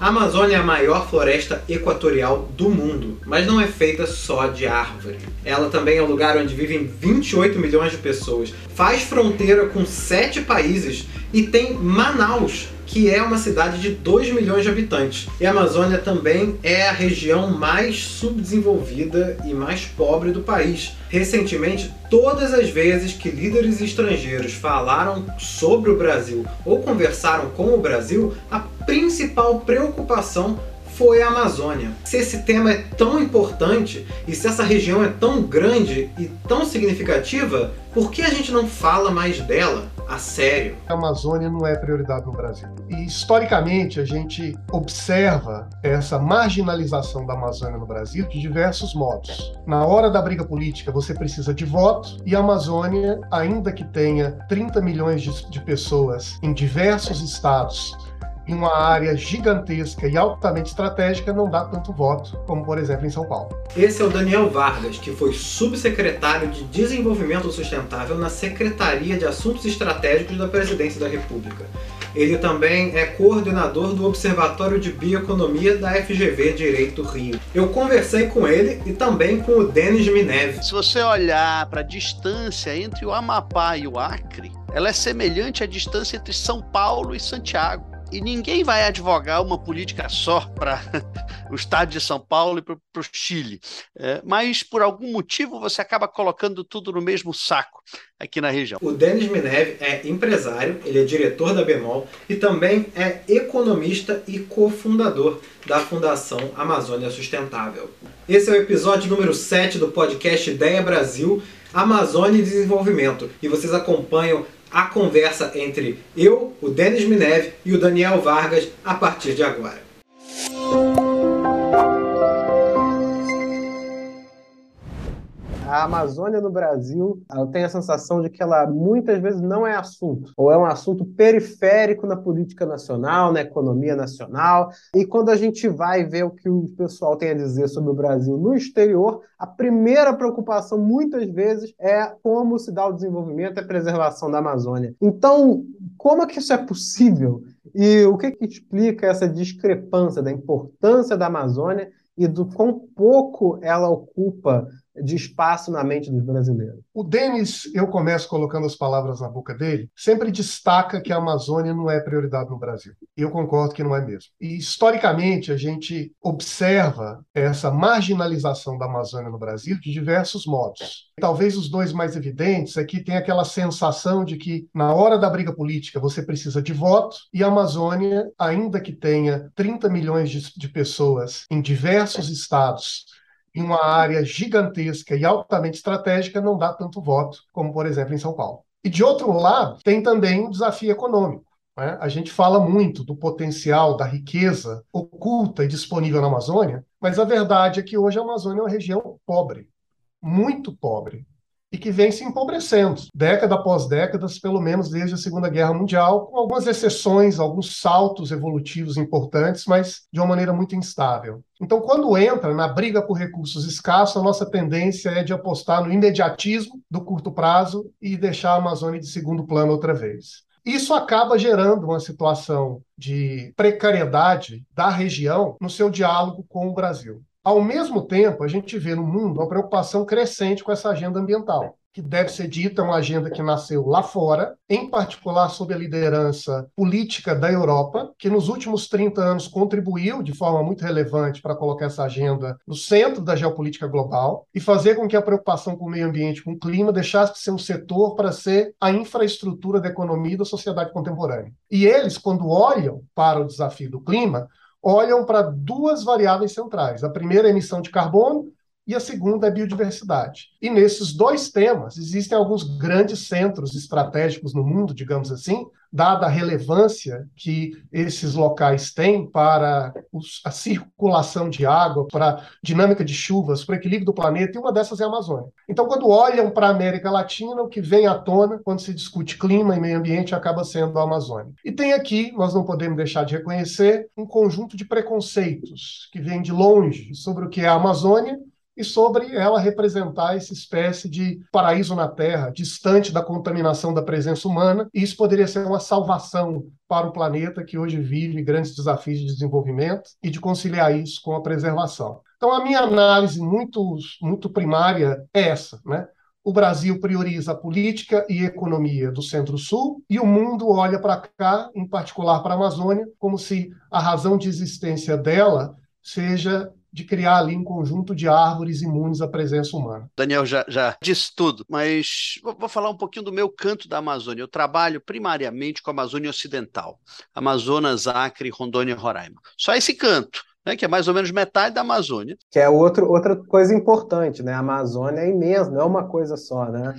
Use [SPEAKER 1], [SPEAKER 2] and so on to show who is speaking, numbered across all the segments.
[SPEAKER 1] A Amazônia é a maior floresta equatorial do mundo, mas não é feita só de árvore. Ela também é o lugar onde vivem 28 milhões de pessoas, faz fronteira com 7 países e tem Manaus, que é uma cidade de 2 milhões de habitantes. E a Amazônia também é a região mais subdesenvolvida e mais pobre do país. Recentemente, todas as vezes que líderes estrangeiros falaram sobre o Brasil ou conversaram com o Brasil, a principal preocupação foi a Amazônia. Se esse tema é tão importante e se essa região é tão grande e tão significativa, por que a gente não fala mais dela a sério?
[SPEAKER 2] A Amazônia não é prioridade no Brasil. E, historicamente, a gente observa essa marginalização da Amazônia no Brasil de diversos modos. Na hora da briga política, você precisa de voto, e a Amazônia, ainda que tenha 30 milhões de pessoas em diversos estados, em uma área gigantesca e altamente estratégica, não dá tanto voto como, por exemplo, em São Paulo.
[SPEAKER 1] Esse é o Daniel Vargas, que foi subsecretário de Desenvolvimento Sustentável na Secretaria de Assuntos Estratégicos da Presidência da República. Ele também é coordenador do Observatório de Bioeconomia da FGV Direito Rio. Eu conversei com ele e também com o Denis Mineve.
[SPEAKER 3] Se você olhar para a distância entre o Amapá e o Acre, ela é semelhante à distância entre São Paulo e Santiago. E ninguém vai advogar uma política só para o estado de São Paulo e para o Chile. Mas, por algum motivo, você acaba colocando tudo no mesmo saco aqui na região.
[SPEAKER 1] O Denis Mineve é empresário, ele é diretor da Bemol e também é economista e cofundador da Fundação Amazônia Sustentável. Esse é o episódio número 7 do podcast Ideia Brasil, Amazônia e Desenvolvimento. E vocês acompanham a conversa entre eu, o Denis Mineve e o Daniel Vargas a partir de agora. A Amazônia no Brasil, eu tenho a sensação de que ela muitas vezes não é assunto, ou é um assunto periférico na política nacional, na economia nacional. E quando a gente vai ver o que o pessoal tem a dizer sobre o Brasil no exterior, a primeira preocupação muitas vezes é como se dá o desenvolvimento e a preservação da Amazônia. Então, como é que isso é possível? E o que explica essa discrepância da importância da Amazônia e do quão pouco ela ocupa de espaço na mente dos brasileiros?
[SPEAKER 2] O Denis, eu começo colocando as palavras na boca dele, sempre destaca que a Amazônia não é prioridade no Brasil. E eu concordo que não é mesmo. E, historicamente, a gente observa essa marginalização da Amazônia no Brasil de diversos modos. Talvez os dois mais evidentes é que tem aquela sensação de que, na hora da briga política, você precisa de voto, e a Amazônia, ainda que tenha 30 milhões de pessoas em diversos estados, em uma área gigantesca e altamente estratégica, não dá tanto voto como, por exemplo, em São Paulo. E, de outro lado, tem também um desafio econômico, né? A gente fala muito do potencial, da riqueza oculta e disponível na Amazônia, mas a verdade é que hoje a Amazônia é uma região pobre, muito pobre, e que vem se empobrecendo, década após décadas, pelo menos desde a Segunda Guerra Mundial, com algumas exceções, alguns saltos evolutivos importantes, mas de uma maneira muito instável. Então, quando entra na briga por recursos escassos, a nossa tendência é de apostar no imediatismo do curto prazo e deixar a Amazônia de segundo plano outra vez. Isso acaba gerando uma situação de precariedade da região no seu diálogo com o Brasil. Ao mesmo tempo, a gente vê no mundo uma preocupação crescente com essa agenda ambiental, que deve ser dita uma agenda que nasceu lá fora, em particular sob a liderança política da Europa, que nos últimos 30 anos contribuiu de forma muito relevante para colocar essa agenda no centro da geopolítica global e fazer com que a preocupação com o meio ambiente, com o clima, deixasse de ser um setor para ser a infraestrutura da economia e da sociedade contemporânea. E eles, quando olham para o desafio do clima, olham para duas variáveis centrais. A primeira é a emissão de carbono e a segunda é a biodiversidade. E nesses dois temas existem alguns grandes centros estratégicos no mundo, digamos assim, dada a relevância que esses locais têm para a circulação de água, para a dinâmica de chuvas, para o equilíbrio do planeta, e uma dessas é a Amazônia. Então, quando olham para a América Latina, o que vem à tona, quando se discute clima e meio ambiente, acaba sendo a Amazônia. E tem aqui, nós não podemos deixar de reconhecer, um conjunto de preconceitos que vem de longe sobre o que é a Amazônia e sobre ela representar essa espécie de paraíso na Terra, distante da contaminação da presença humana, e isso poderia ser uma salvação para o planeta que hoje vive grandes desafios de desenvolvimento e de conciliar isso com a preservação. Então, a minha análise muito primária é essa, né? O Brasil prioriza a política e economia do Centro-Sul e o mundo olha para cá, em particular para a Amazônia, como se a razão de existência dela seja de criar ali um conjunto de árvores imunes à presença humana.
[SPEAKER 3] Daniel já disse tudo, mas vou falar um pouquinho do meu canto da Amazônia. Eu trabalho primariamente com a Amazônia Ocidental, Amazonas, Acre, Rondônia e Roraima. Só esse canto, né, que é mais ou menos metade da Amazônia.
[SPEAKER 4] Que é outra coisa importante, né? A Amazônia é imensa, não é uma coisa só, né?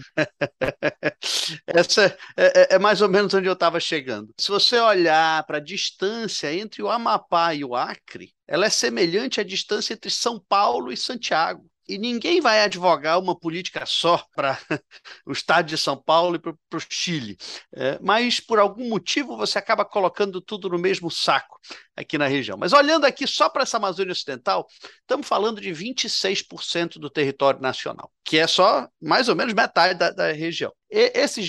[SPEAKER 3] Essa é mais ou menos onde eu estava chegando. Se você olhar para a distância entre o Amapá e o Acre, ela é semelhante à distância entre São Paulo e Santiago. E ninguém vai advogar uma política só para o estado de São Paulo e para o Chile. Mas, por algum motivo, você acaba colocando tudo no mesmo saco aqui na região. Mas olhando aqui só para essa Amazônia Ocidental, estamos falando de 26% do território nacional, que é só mais ou menos metade da região. E esses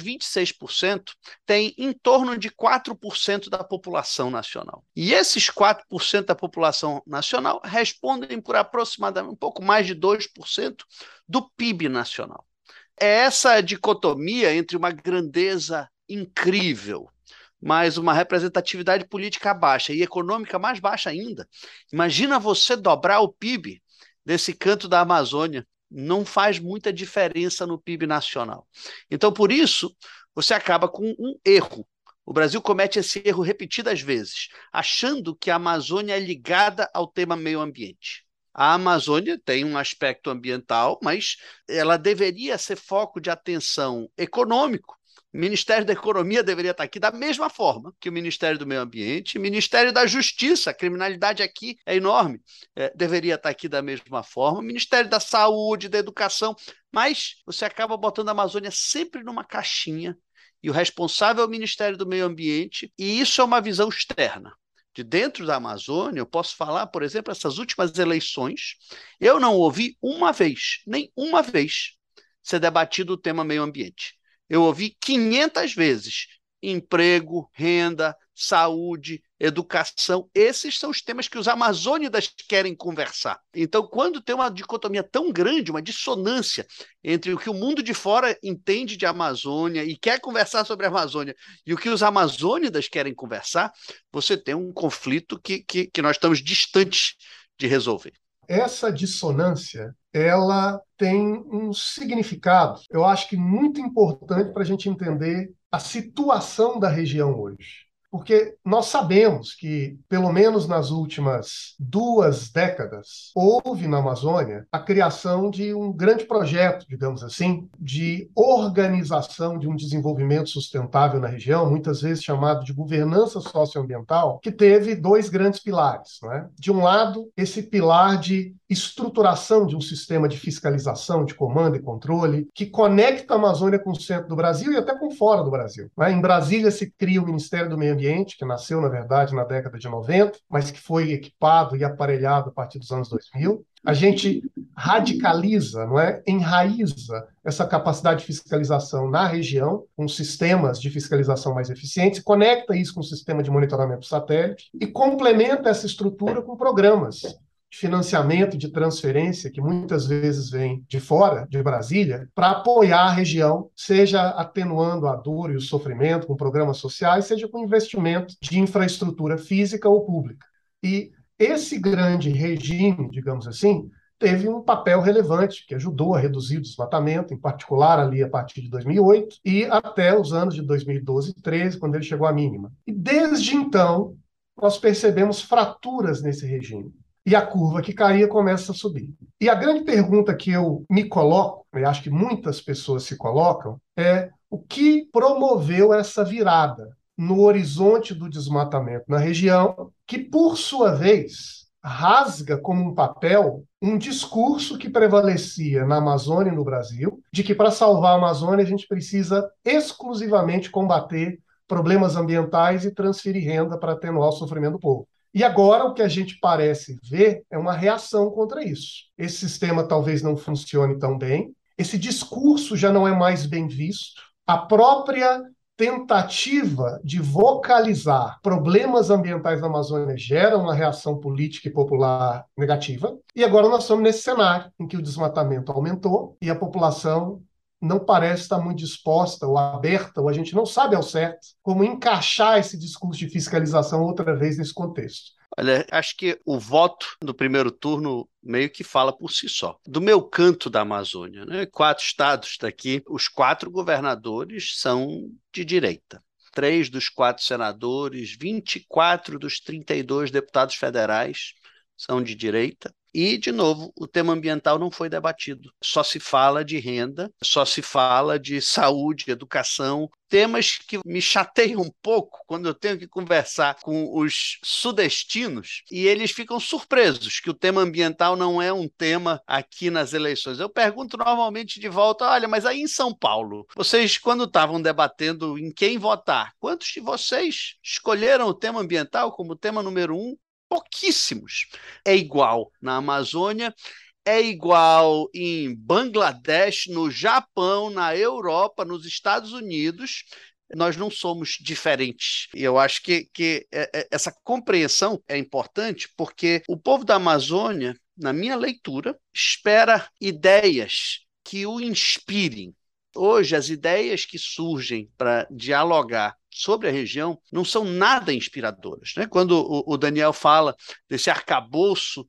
[SPEAKER 3] 26% têm em torno de 4% da população nacional. E esses 4% da população nacional respondem por aproximadamente um pouco mais de 2% do PIB nacional. É essa dicotomia entre uma grandeza incrível, mas uma representatividade política baixa e econômica mais baixa ainda. Imagina você dobrar o PIB desse canto da Amazônia. Não faz muita diferença no PIB nacional. Então, por isso, você acaba com um erro. O Brasil comete esse erro repetidas vezes, achando que a Amazônia é ligada ao tema meio ambiente. A Amazônia tem um aspecto ambiental, mas ela deveria ser foco de atenção econômico. O Ministério da Economia deveria estar aqui da mesma forma que o Ministério do Meio Ambiente, o Ministério da Justiça, a criminalidade aqui é enorme, deveria estar aqui da mesma forma, o Ministério da Saúde, da Educação, mas você acaba botando a Amazônia sempre numa caixinha e o responsável é o Ministério do Meio Ambiente, e isso é uma visão externa. De dentro da Amazônia, eu posso falar, por exemplo, essas últimas eleições, eu não ouvi uma vez, nem uma vez, ser debatido o tema meio ambiente. Eu ouvi 500 vezes emprego, renda, saúde, educação. Esses são os temas que os amazônidas querem conversar. Então, quando tem uma dicotomia tão grande, uma dissonância entre o que o mundo de fora entende de Amazônia e quer conversar sobre a Amazônia e o que os amazônidas querem conversar, você tem um conflito que nós estamos distantes de resolver.
[SPEAKER 2] Essa dissonância, ela tem um significado, eu acho que muito importante para a gente entender a situação da região hoje. Porque nós sabemos que, pelo menos nas últimas 2 décadas, houve na Amazônia a criação de um grande projeto, digamos assim, de organização de um desenvolvimento sustentável na região, muitas vezes chamado de governança socioambiental, que teve 2 grandes pilares, né? De um lado, esse pilar de estruturação de um sistema de fiscalização, de comando e controle, que conecta a Amazônia com o centro do Brasil e até com fora do Brasil, né? Em Brasília se cria o Ministério do Meio Ambiente, que nasceu, na verdade, na década de 90, mas que foi equipado e aparelhado a partir dos anos 2000. A gente radicaliza, não é? Enraiza essa capacidade de fiscalização na região, com sistemas de fiscalização mais eficientes, conecta isso com o sistema de monitoramento satélite e complementa essa estrutura com programas de financiamento, de transferência, que muitas vezes vem de fora, de Brasília, para apoiar a região, seja atenuando a dor e o sofrimento com programas sociais, seja com investimento de infraestrutura física ou pública. E esse grande regime, digamos assim, teve um papel relevante, que ajudou a reduzir o desmatamento, em particular ali a partir de 2008 e até os anos de 2012 e 2013, quando ele chegou à mínima. E desde então, nós percebemos fraturas nesse regime. E a curva que caía começa a subir. E a grande pergunta que eu me coloco, e acho que muitas pessoas se colocam, é o que promoveu essa virada no horizonte do desmatamento na região, que, por sua vez, rasga como um papel um discurso que prevalecia na Amazônia e no Brasil, de que para salvar a Amazônia a gente precisa exclusivamente combater problemas ambientais e transferir renda para atenuar o sofrimento do povo. E agora o que a gente parece ver é uma reação contra isso. Esse sistema talvez não funcione tão bem, esse discurso já não é mais bem visto, a própria tentativa de vocalizar problemas ambientais na Amazônia gera uma reação política e popular negativa. E agora nós estamos nesse cenário em que o desmatamento aumentou e a população não parece estar muito disposta ou aberta, ou a gente não sabe ao certo como encaixar esse discurso de fiscalização outra vez nesse contexto.
[SPEAKER 3] Olha, acho que o voto no primeiro turno meio que fala por si só. Do meu canto da Amazônia, né, 4 estados daqui, os 4 governadores são de direita. 3 dos 4 senadores, 24 dos 32 deputados federais são de direita. E, de novo, o tema ambiental não foi debatido. Só se fala de renda, só se fala de saúde, educação, temas que me chateiam um pouco quando eu tenho que conversar com os sudestinos e eles ficam surpresos que o tema ambiental não é um tema aqui nas eleições. Eu pergunto normalmente de volta, olha, mas aí em São Paulo, vocês quando estavam debatendo em quem votar, quantos de vocês escolheram o tema ambiental como tema número 1? Pouquíssimos. É igual na Amazônia, é igual em Bangladesh, no Japão, na Europa, nos Estados Unidos. Nós não somos diferentes. E eu acho que essa compreensão é importante porque o povo da Amazônia, na minha leitura, espera ideias que o inspirem. Hoje, as ideias que surgem para dialogar sobre a região não são nada inspiradoras, né? Quando o Daniel fala desse arcabouço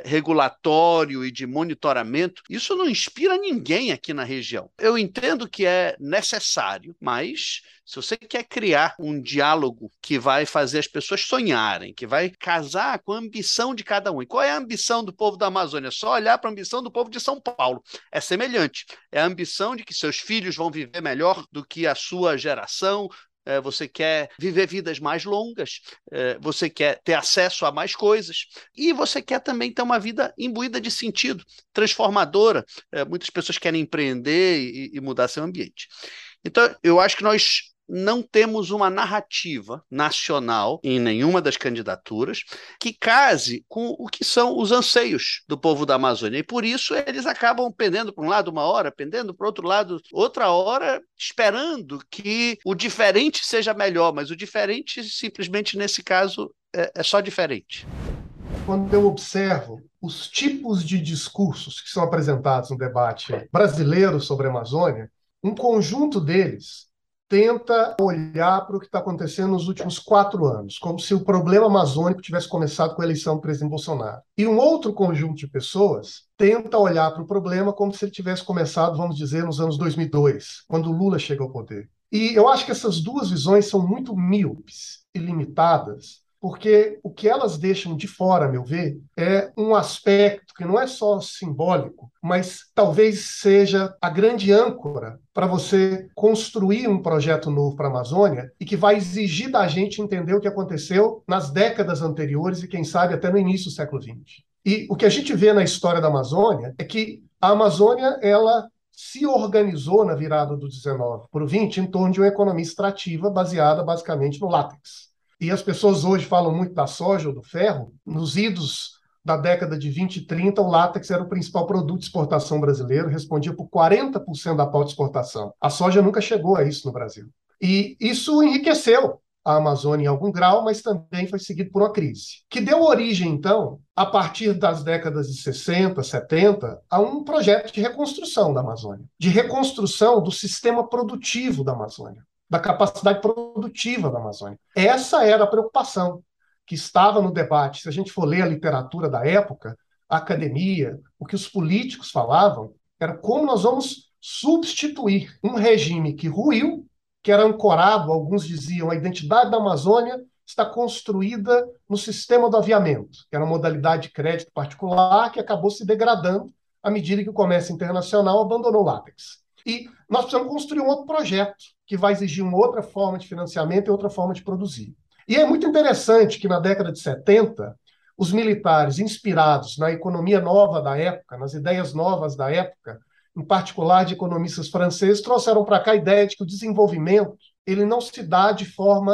[SPEAKER 3] regulatório e de monitoramento, isso não inspira ninguém aqui na região. Eu entendo que é necessário, mas se você quer criar um diálogo que vai fazer as pessoas sonharem, que vai casar com a ambição de cada um. E qual é a ambição do povo da Amazônia? Só olhar para a ambição do povo de São Paulo. É semelhante. É a ambição de que seus filhos vão viver melhor do que a sua geração. Você quer viver vidas mais longas, você quer ter acesso a mais coisas e você quer também ter uma vida imbuída de sentido, transformadora. Muitas pessoas querem empreender e mudar seu ambiente. Então, eu acho que nós não temos uma narrativa nacional em nenhuma das candidaturas que case com o que são os anseios do povo da Amazônia. E por isso eles acabam pendendo para um lado uma hora, pendendo para o outro lado outra hora, esperando que o diferente seja melhor, mas o diferente simplesmente nesse caso é só diferente.
[SPEAKER 2] Quando eu observo os tipos de discursos que são apresentados no debate brasileiro sobre a Amazônia, um conjunto deles tenta olhar para o que está acontecendo nos últimos 4 anos, como se o problema amazônico tivesse começado com a eleição do presidente Bolsonaro. E um outro conjunto de pessoas tenta olhar para o problema como se ele tivesse começado, vamos dizer, nos anos 2002, quando Lula chega ao poder. E eu acho que essas duas visões são muito míopes e limitadas, porque o que elas deixam de fora, a meu ver, é um aspecto que não é só simbólico, mas talvez seja a grande âncora para você construir um projeto novo para a Amazônia e que vai exigir da gente entender o que aconteceu nas décadas anteriores e, quem sabe, até no início do século XX. E o que a gente vê na história da Amazônia é que a Amazônia, ela se organizou na virada do 19 para o 20 em torno de uma economia extrativa baseada basicamente no látex. E as pessoas hoje falam muito da soja ou do ferro. Nos idos da década de 20 e 30, o látex era o principal produto de exportação brasileiro, respondia por 40% da pauta de exportação. A soja nunca chegou a isso no Brasil. E isso enriqueceu a Amazônia em algum grau, mas também foi seguido por uma crise, que deu origem, então, a partir das décadas de 60, 70, a um projeto de reconstrução da Amazônia, de reconstrução do sistema produtivo da Amazônia, da capacidade produtiva da Amazônia. Essa era a preocupação que estava no debate. Se a gente for ler a literatura da época, a academia, o que os políticos falavam, era como nós vamos substituir um regime que ruiu, que era ancorado, alguns diziam, a identidade da Amazônia está construída no sistema do aviamento, que era uma modalidade de crédito particular que acabou se degradando à medida que o comércio internacional abandonou o látex. E nós precisamos construir um outro projeto que vai exigir uma outra forma de financiamento e outra forma de produzir. E é muito interessante que na década de 70, os militares, inspirados na economia nova da época, nas ideias novas da época, em particular de economistas franceses, trouxeram para cá a ideia de que o desenvolvimento ele não se dá de forma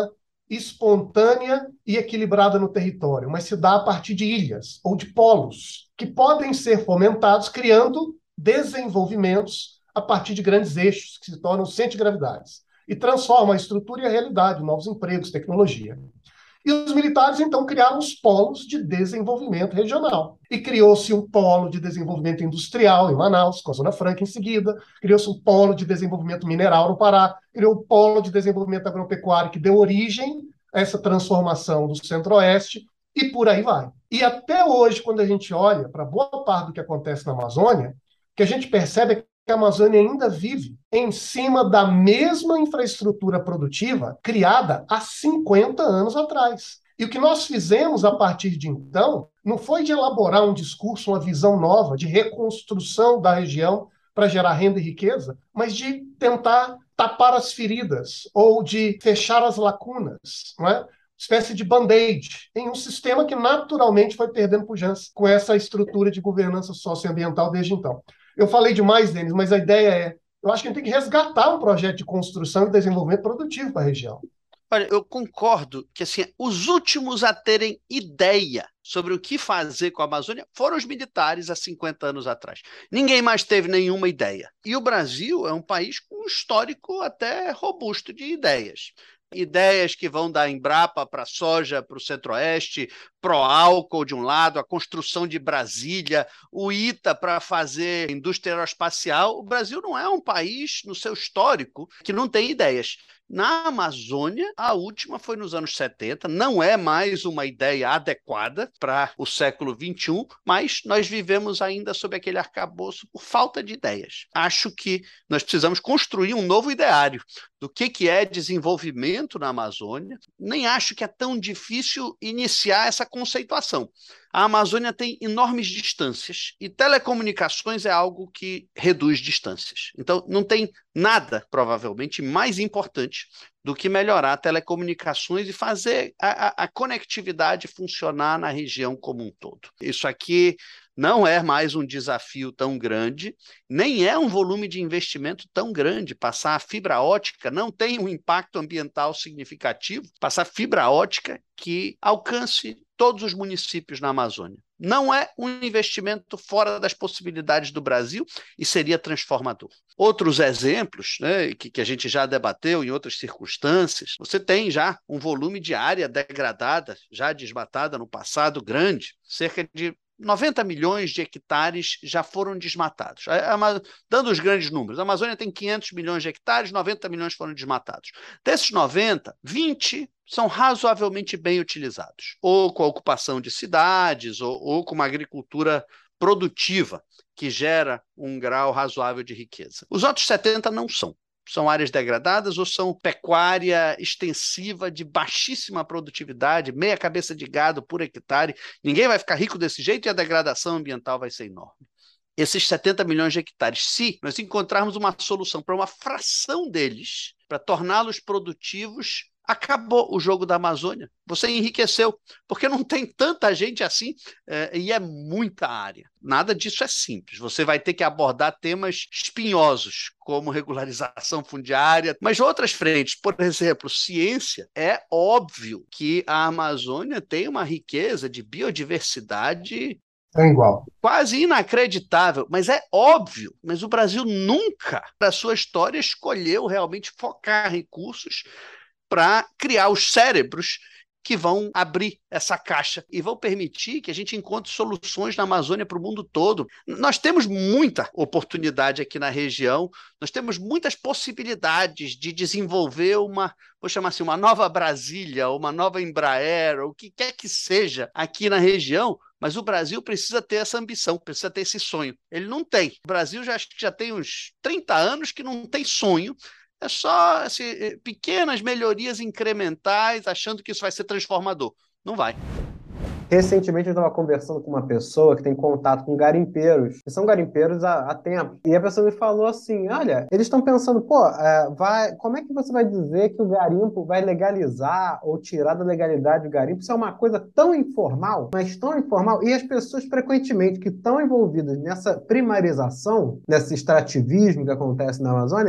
[SPEAKER 2] espontânea e equilibrada no território, mas se dá a partir de ilhas ou de polos, que podem ser fomentados criando desenvolvimentos a partir de grandes eixos, que se tornam centros de gravidades, e transformam a estrutura e a realidade, novos empregos, tecnologia. E os militares, então, criaram os polos de desenvolvimento regional. E criou-se um polo de desenvolvimento industrial em Manaus, com a Zona Franca em seguida, criou-se um polo de desenvolvimento mineral no Pará, criou o polo de desenvolvimento agropecuário, que deu origem a essa transformação do Centro-Oeste, e por aí vai. E até hoje, quando a gente olha para boa parte do que acontece na Amazônia, o que a gente percebe é que a Amazônia ainda vive em cima da mesma infraestrutura produtiva criada há 50 anos atrás. E o que nós fizemos a partir de então não foi de elaborar um discurso, uma visão nova de reconstrução da região para gerar renda e riqueza, mas de tentar tapar as feridas ou de fechar as lacunas, não é? Espécie de band-aid em um sistema que naturalmente foi perdendo pujança com essa estrutura de governança socioambiental desde então. Eu falei demais, Denis, mas a ideia é, eu acho que a gente tem que resgatar um projeto de construção e desenvolvimento produtivo para a região.
[SPEAKER 3] Olha, eu concordo que assim, os últimos a terem ideia sobre o que fazer com a Amazônia foram os militares há 50 anos atrás. Ninguém mais teve nenhuma ideia. E o Brasil é um país com um histórico até robusto de ideias. Ideias que vão da Embrapa para a soja, para o Centro-Oeste, pró-álcool de um lado, a construção de Brasília, o ITA para fazer indústria aeroespacial. O Brasil não é um país, no seu histórico, que não tem ideias. Na Amazônia, a última foi nos anos 70, não é mais uma ideia adequada para o século XXI, mas nós vivemos ainda sob aquele arcabouço por falta de ideias. Acho que nós precisamos construir um novo ideário do que é desenvolvimento na Amazônia. Nem acho que é tão difícil iniciar essa conceituação. A Amazônia tem enormes distâncias e telecomunicações é algo que reduz distâncias. Então, não tem nada, provavelmente, mais importante do que melhorar telecomunicações e fazer a conectividade funcionar na região como um todo. Isso aqui não é mais um desafio tão grande, nem é um volume de investimento tão grande. Passar a fibra ótica não tem um impacto ambiental significativo. Passar fibra ótica que alcance todos os municípios na Amazônia. Não é um investimento fora das possibilidades do Brasil e seria transformador. Outros exemplos, né, que a gente já debateu em outras circunstâncias, você tem já um volume de área degradada, já desmatada no passado grande, cerca de 90 milhões de hectares já foram desmatados. Dando os grandes números, a Amazônia tem 500 milhões de hectares, 90 milhões foram desmatados. Desses 90, 20 são razoavelmente bem utilizados, ou com a ocupação de cidades, ou com uma agricultura produtiva, que gera um grau razoável de riqueza. Os outros 70 não são. São áreas degradadas ou são pecuária extensiva de baixíssima produtividade, meia cabeça de gado por hectare. Ninguém vai ficar rico desse jeito e a degradação ambiental vai ser enorme. Esses 70 milhões de hectares, se nós encontrarmos uma solução para uma fração deles, para torná-los produtivos, acabou o jogo da Amazônia. Você enriqueceu, porque não tem tanta gente assim e é muita área. Nada disso é simples. Você vai ter que abordar temas espinhosos, como regularização fundiária, mas outras frentes, por exemplo, ciência. É óbvio que a Amazônia tem uma riqueza de biodiversidade
[SPEAKER 2] é igual.
[SPEAKER 3] Quase inacreditável, mas é óbvio. Mas o Brasil nunca, na sua história, escolheu realmente focar recursos para criar os cérebros que vão abrir essa caixa e vão permitir que a gente encontre soluções na Amazônia para o mundo todo. Nós temos muita oportunidade aqui na região, nós temos muitas possibilidades de desenvolver vou chamar assim, uma nova Brasília, uma nova Embraer, ou o que quer que seja aqui na região, mas o Brasil precisa ter essa ambição, precisa ter esse sonho. Ele não tem. O Brasil acho que já tem uns 30 anos que não tem sonho. É só assim, pequenas melhorias incrementais, achando que isso vai ser transformador. Não vai.
[SPEAKER 4] Recentemente eu estava conversando com uma pessoa que tem contato com garimpeiros, que são garimpeiros há tempo. E a pessoa me falou assim, olha, eles estão pensando, como é que você vai dizer que o garimpo vai legalizar ou tirar da legalidade o garimpo? Isso é uma coisa tão informal, mas tão informal. E as pessoas frequentemente que estão envolvidas nessa primarização, nesse extrativismo que acontece na Amazônia,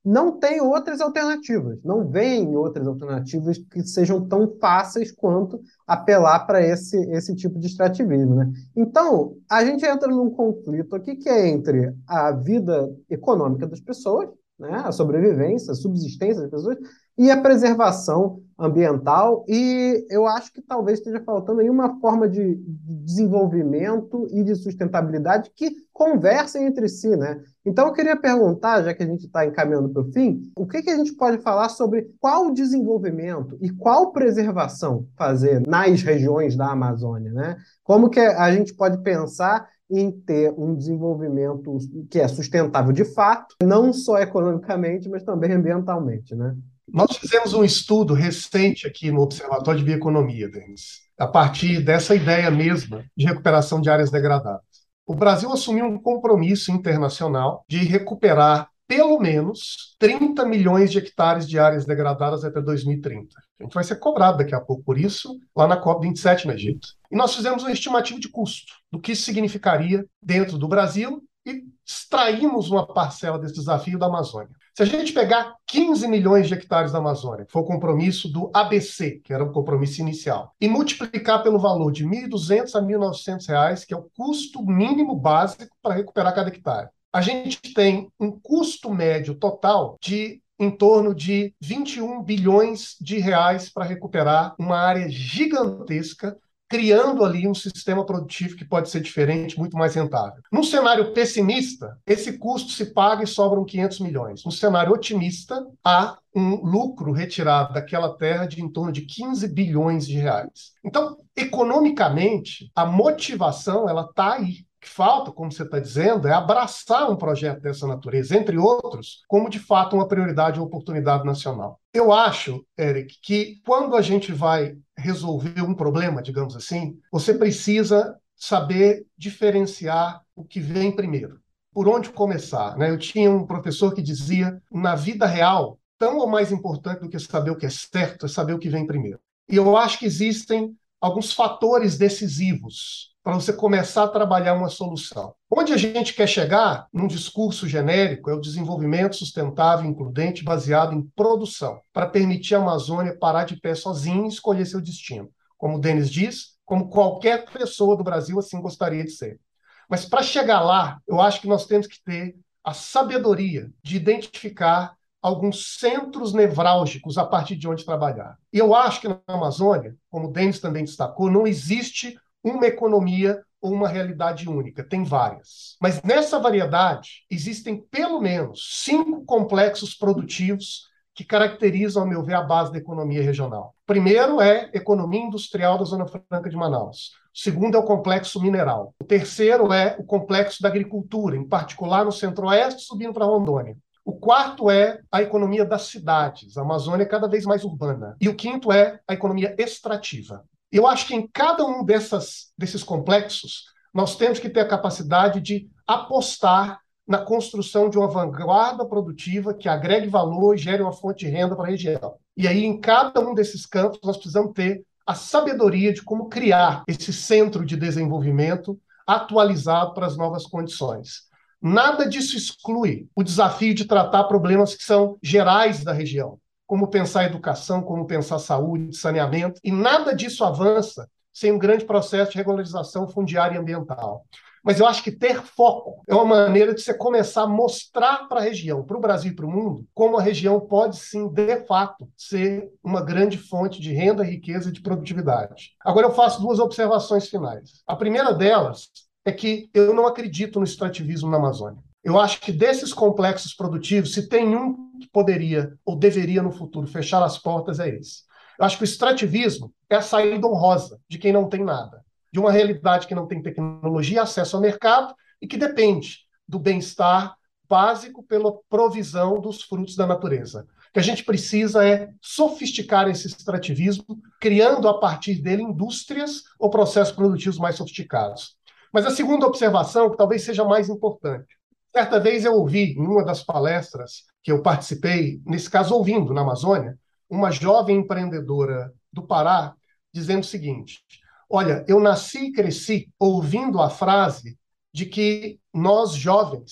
[SPEAKER 4] não tem outras alternativas, não vêem outras alternativas que sejam tão fáceis quanto apelar para esse tipo de extrativismo, né? Então, a gente entra num conflito aqui que é entre a vida econômica das pessoas, né, a sobrevivência, a subsistência das pessoas, e a preservação ambiental, e eu acho que talvez esteja faltando aí uma forma de desenvolvimento e de sustentabilidade que conversem entre si, né? Então, eu queria perguntar, já que a gente está encaminhando para o fim, o que que a gente pode falar sobre qual desenvolvimento e qual preservação fazer nas regiões da Amazônia, né? Como que a gente pode pensar em ter um desenvolvimento que é sustentável de fato, não só economicamente, mas também ambientalmente, né?
[SPEAKER 2] Nós fizemos um estudo recente aqui no Observatório de Bioeconomia, Denis, a partir dessa ideia mesma de recuperação de áreas degradadas. O Brasil assumiu um compromisso internacional de recuperar pelo menos 30 milhões de hectares de áreas degradadas até 2030. A gente vai ser cobrado daqui a pouco por isso, lá na COP27 no Egito. E nós fizemos uma estimativa de custo, do que isso significaria dentro do Brasil, e extraímos uma parcela desse desafio da Amazônia. Se a gente pegar 15 milhões de hectares da Amazônia, que foi o compromisso do ABC, que era o compromisso inicial, e multiplicar pelo valor de R$ 1.200 a R$ 1.900, que é o custo mínimo básico para recuperar cada hectare, a gente tem um custo médio total de em torno de 21 bilhões de reais para recuperar uma área gigantesca, criando ali um sistema produtivo que pode ser diferente, muito mais rentável. Num cenário pessimista, esse custo se paga e sobram 500 milhões. No cenário otimista, há um lucro retirado daquela terra de em torno de 15 bilhões de reais. Então, economicamente, a motivação ela está aí. O que falta, como você está dizendo, é abraçar um projeto dessa natureza, entre outros, como de fato uma prioridade ou oportunidade nacional. Eu acho, Eric, que quando a gente vai resolver um problema, digamos assim, você precisa saber diferenciar o que vem primeiro. Por onde começar, né? Eu tinha um professor que dizia, na vida real, tão ou mais importante do que saber o que é certo é saber o que vem primeiro. E eu acho que existem alguns fatores decisivos para você começar a trabalhar uma solução. Onde a gente quer chegar, num discurso genérico, é o desenvolvimento sustentável e includente baseado em produção, para permitir a Amazônia parar de pé sozinha e escolher seu destino. Como o Denis diz, como qualquer pessoa do Brasil assim gostaria de ser. Mas para chegar lá, eu acho que nós temos que ter a sabedoria de identificar alguns centros nevrálgicos a partir de onde trabalhar. E eu acho que na Amazônia, como o Denis também destacou, não existe uma economia ou uma realidade única, tem várias. Mas nessa variedade, existem pelo menos 5 complexos produtivos que caracterizam, ao meu ver, a base da economia regional. O primeiro é a economia industrial da Zona Franca de Manaus. O segundo é o complexo mineral. O terceiro é o complexo da agricultura, em particular no centro-oeste, subindo para Rondônia. O quarto é a economia das cidades. A Amazônia é cada vez mais urbana. E o quinto é a economia extrativa. Eu acho que em cada um desses complexos, nós temos que ter a capacidade de apostar na construção de uma vanguarda produtiva que agregue valor e gere uma fonte de renda para a região. E aí, em cada um desses campos, nós precisamos ter a sabedoria de como criar esse centro de desenvolvimento atualizado para as novas condições. Nada disso exclui o desafio de tratar problemas que são gerais da região, como pensar educação, como pensar saúde, saneamento, e nada disso avança sem um grande processo de regularização fundiária e ambiental. Mas eu acho que ter foco é uma maneira de você começar a mostrar para a região, para o Brasil e para o mundo, como a região pode sim, de fato, ser uma grande fonte de renda, riqueza e de produtividade. Agora eu faço 2 observações finais. A primeira delas é que eu não acredito no extrativismo na Amazônia. Eu acho que desses complexos produtivos, se tem um que poderia ou deveria no futuro fechar as portas, é esse. Eu acho que o extrativismo é a saída honrosa de quem não tem nada, de uma realidade que não tem tecnologia, acesso ao mercado e que depende do bem-estar básico pela provisão dos frutos da natureza. O que a gente precisa é sofisticar esse extrativismo, criando a partir dele indústrias ou processos produtivos mais sofisticados. Mas a segunda observação, que talvez seja mais importante, certa vez eu ouvi, em uma das palestras que eu participei, nesse caso ouvindo na Amazônia, uma jovem empreendedora do Pará dizendo o seguinte: olha, eu nasci e cresci ouvindo a frase de que nós, jovens,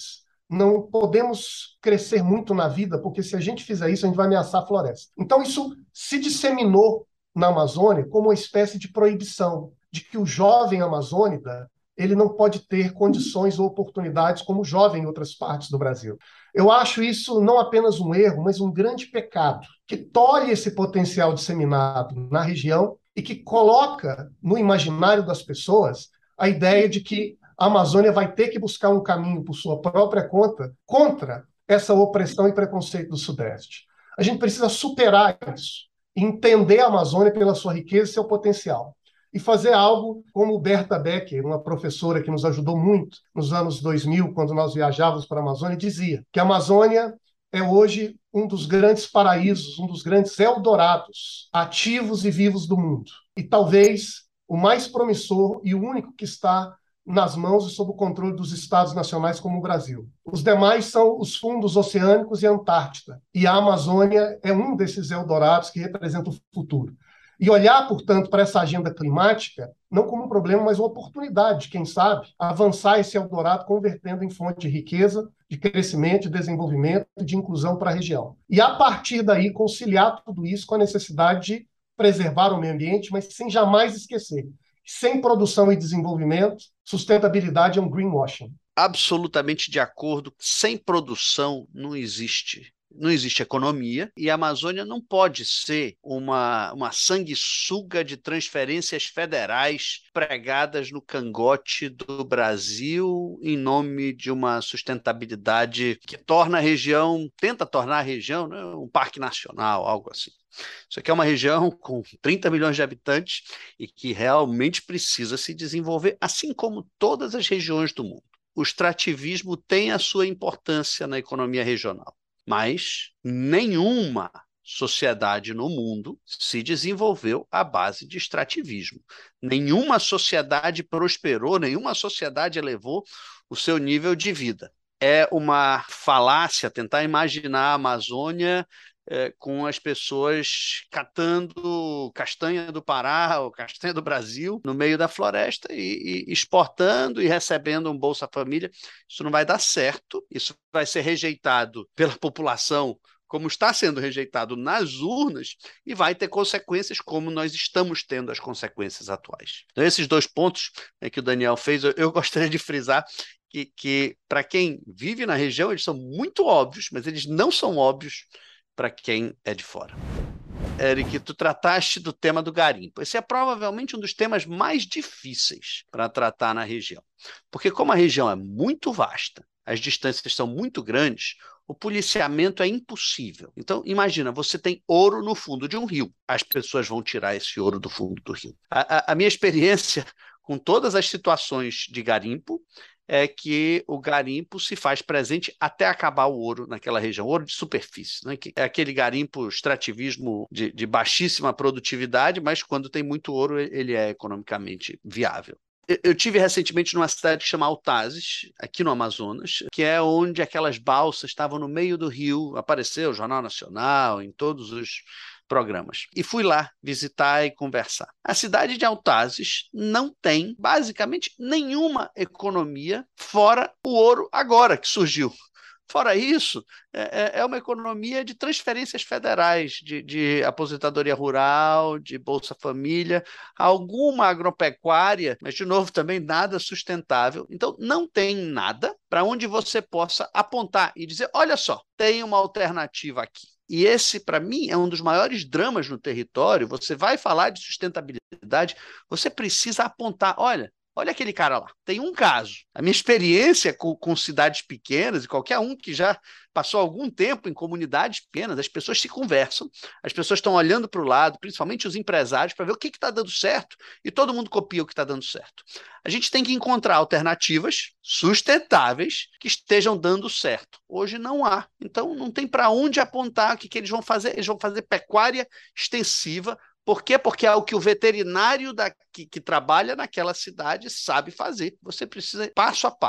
[SPEAKER 2] não podemos crescer muito na vida, porque se a gente fizer isso, a gente vai ameaçar a floresta. Então, isso se disseminou na Amazônia como uma espécie de proibição, de que o jovem amazônida ele não pode ter condições ou oportunidades como o jovem em outras partes do Brasil. Eu acho isso não apenas um erro, mas um grande pecado, que tolhe esse potencial disseminado na região e que coloca no imaginário das pessoas a ideia de que a Amazônia vai ter que buscar um caminho por sua própria conta contra essa opressão e preconceito do Sudeste. A gente precisa superar isso, entender a Amazônia pela sua riqueza e seu potencial, e fazer algo como Berta Becker, uma professora que nos ajudou muito nos anos 2000, quando nós viajávamos para a Amazônia, dizia que a Amazônia é hoje um dos grandes paraísos, um dos grandes Eldorados ativos e vivos do mundo. E talvez o mais promissor e o único que está nas mãos e sob o controle dos estados nacionais como o Brasil. Os demais são os fundos oceânicos e a Antártida. E a Amazônia é um desses Eldorados que representa o futuro. E olhar, portanto, para essa agenda climática não como um problema, mas uma oportunidade, quem sabe, avançar esse Eldorado convertendo em fonte de riqueza, de crescimento, de desenvolvimento e de inclusão para a região. E, a partir daí, conciliar tudo isso com a necessidade de preservar o meio ambiente, mas sem jamais esquecer: sem produção e desenvolvimento, sustentabilidade é um greenwashing.
[SPEAKER 3] Absolutamente de acordo. Sem produção não existe. Não existe economia, e a Amazônia não pode ser uma sanguessuga de transferências federais pregadas no cangote do Brasil em nome de uma sustentabilidade que torna a região, tenta tornar a região, né, um parque nacional, algo assim. Isso aqui é uma região com 30 milhões de habitantes e que realmente precisa se desenvolver, assim como todas as regiões do mundo. O extrativismo tem a sua importância na economia regional, mas nenhuma sociedade no mundo se desenvolveu à base de extrativismo. Nenhuma sociedade prosperou, nenhuma sociedade elevou o seu nível de vida. É uma falácia tentar imaginar a Amazônia com as pessoas catando castanha do Pará ou castanha do Brasil no meio da floresta e exportando e recebendo um Bolsa Família. Isso não vai dar certo, isso vai ser rejeitado pela população como está sendo rejeitado nas urnas e vai ter consequências como nós estamos tendo as consequências atuais. Então, esses dois pontos que o Daniel fez, eu gostaria de frisar que para quem vive na região, eles são muito óbvios, mas eles não são óbvios para quem é de fora. Eric, tu trataste do tema do garimpo. Esse é provavelmente um dos temas mais difíceis para tratar na região, porque como a região é muito vasta, as distâncias são muito grandes, o policiamento é impossível. Então, imagina, você tem ouro no fundo de um rio. As pessoas vão tirar esse ouro do fundo do rio. A minha experiência com todas as situações de garimpo é que o garimpo se faz presente até acabar o ouro naquela região, ouro de superfície, né? Que é aquele garimpo extrativismo de baixíssima produtividade, mas quando tem muito ouro, ele é economicamente viável. Eu tive recentemente numa cidade que chama Altazes, aqui no Amazonas, que é onde aquelas balsas estavam no meio do rio, apareceu o Jornal Nacional, em todos os programas. E fui lá visitar e conversar. A cidade de Altazes não tem basicamente nenhuma economia fora o ouro agora que surgiu. Fora isso, é uma economia de transferências federais, de aposentadoria rural, de Bolsa Família, alguma agropecuária, mas, de novo, também nada sustentável. Então, não tem nada para onde você possa apontar e dizer, olha só, tem uma alternativa aqui. E esse, para mim, é um dos maiores dramas no território. Você vai falar de sustentabilidade, você precisa apontar, olha aquele cara lá, tem um caso. A minha experiência com cidades pequenas, e qualquer um que já passou algum tempo em comunidades pequenas, as pessoas se conversam, as pessoas estão olhando para o lado, principalmente os empresários, para ver o que está dando certo, e todo mundo copia o que está dando certo. A gente tem que encontrar alternativas sustentáveis que estejam dando certo. Hoje não há. Então não tem para onde apontar o que eles vão fazer. Eles vão fazer pecuária extensiva. Por quê? Porque é o que o veterinário que trabalha naquela cidade sabe fazer. Você precisa ir passo a passo.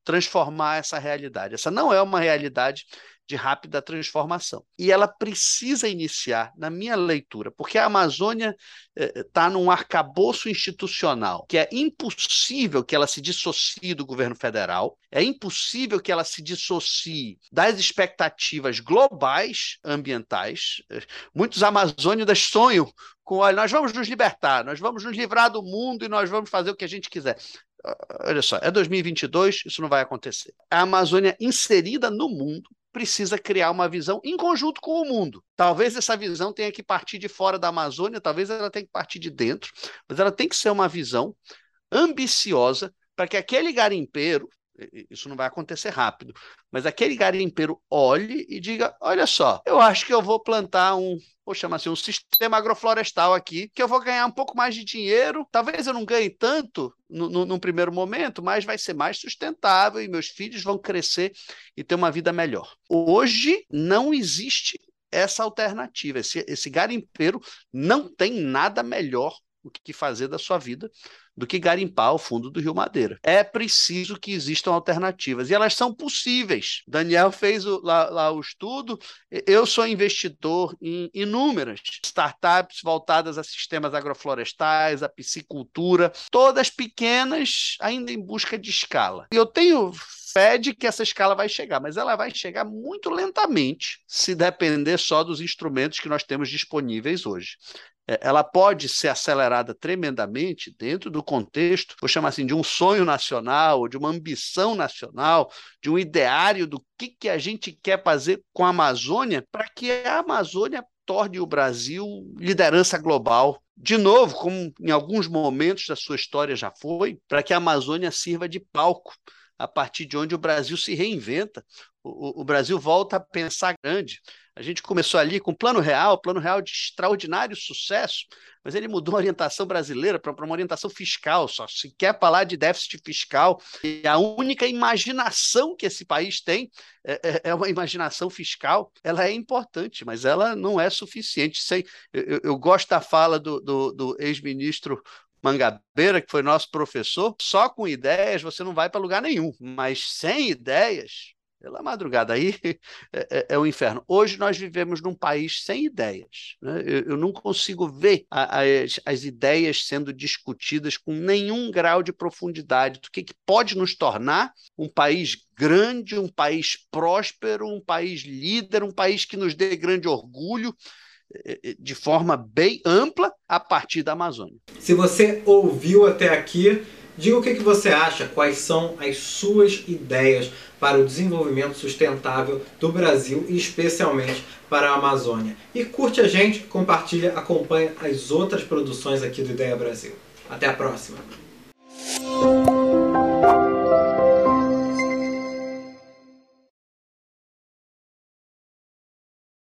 [SPEAKER 3] transformar essa realidade. Essa não é uma realidade de rápida transformação. E ela precisa iniciar, na minha leitura, porque a Amazônia está num arcabouço institucional que é impossível que ela se dissocie do governo federal, é impossível que ela se dissocie das expectativas globais ambientais. Muitos amazônidas sonham com, olha, nós vamos nos libertar, nós vamos nos livrar do mundo e nós vamos fazer o que a gente quiser. Olha só, é 2022, isso não vai acontecer. A Amazônia inserida no mundo precisa criar uma visão em conjunto com o mundo. Talvez essa visão tenha que partir de fora da Amazônia, talvez ela tenha que partir de dentro, mas ela tem que ser uma visão ambiciosa para que aquele garimpeiro, isso não vai acontecer rápido, mas aquele garimpeiro olhe e diga, olha só, eu acho que eu vou plantar vou chamar assim, um sistema agroflorestal aqui, que eu vou ganhar um pouco mais de dinheiro, talvez eu não ganhe tanto num primeiro momento, mas vai ser mais sustentável e meus filhos vão crescer e ter uma vida melhor. Hoje não existe essa alternativa, esse garimpeiro não tem nada melhor o que fazer da sua vida do que garimpar ao fundo do Rio Madeira. É preciso que existam alternativas, e elas são possíveis. Daniel fez lá o estudo, eu sou investidor em inúmeras startups voltadas a sistemas agroflorestais, a piscicultura, todas pequenas, ainda em busca de escala. E eu tenho fé de que essa escala vai chegar, mas ela vai chegar muito lentamente, se depender só dos instrumentos que nós temos disponíveis hoje. Ela pode ser acelerada tremendamente dentro do contexto, vou chamar assim, de um sonho nacional, ou de uma ambição nacional, de um ideário do que a gente quer fazer com a Amazônia, para que a Amazônia torne o Brasil liderança global. De novo, como em alguns momentos da sua história já foi, para que a Amazônia sirva de palco, a partir de onde o Brasil se reinventa, o Brasil volta a pensar grande. A gente começou ali com o Plano Real de extraordinário sucesso, mas ele mudou a orientação brasileira para uma orientação fiscal, só se quer falar de déficit fiscal, e a única imaginação que esse país tem é uma imaginação fiscal. Ela é importante, mas ela não é suficiente. Eu gosto da fala do ex-ministro Mangabeira, que foi nosso professor, só com ideias você não vai para lugar nenhum, mas sem ideias, pela madrugada, aí é o inferno. Hoje nós vivemos num país sem ideias, né? Eu não consigo ver as ideias sendo discutidas com nenhum grau de profundidade do que pode nos tornar um país grande, um país próspero, um país líder, um país que nos dê grande orgulho, de forma bem ampla, a partir da Amazônia.
[SPEAKER 1] Se você ouviu até aqui, diga o que você acha, quais são as suas ideias para o desenvolvimento sustentável do Brasil e especialmente para a Amazônia. E curte a gente, compartilha, acompanha as outras produções aqui do Ideia Brasil. Até a próxima!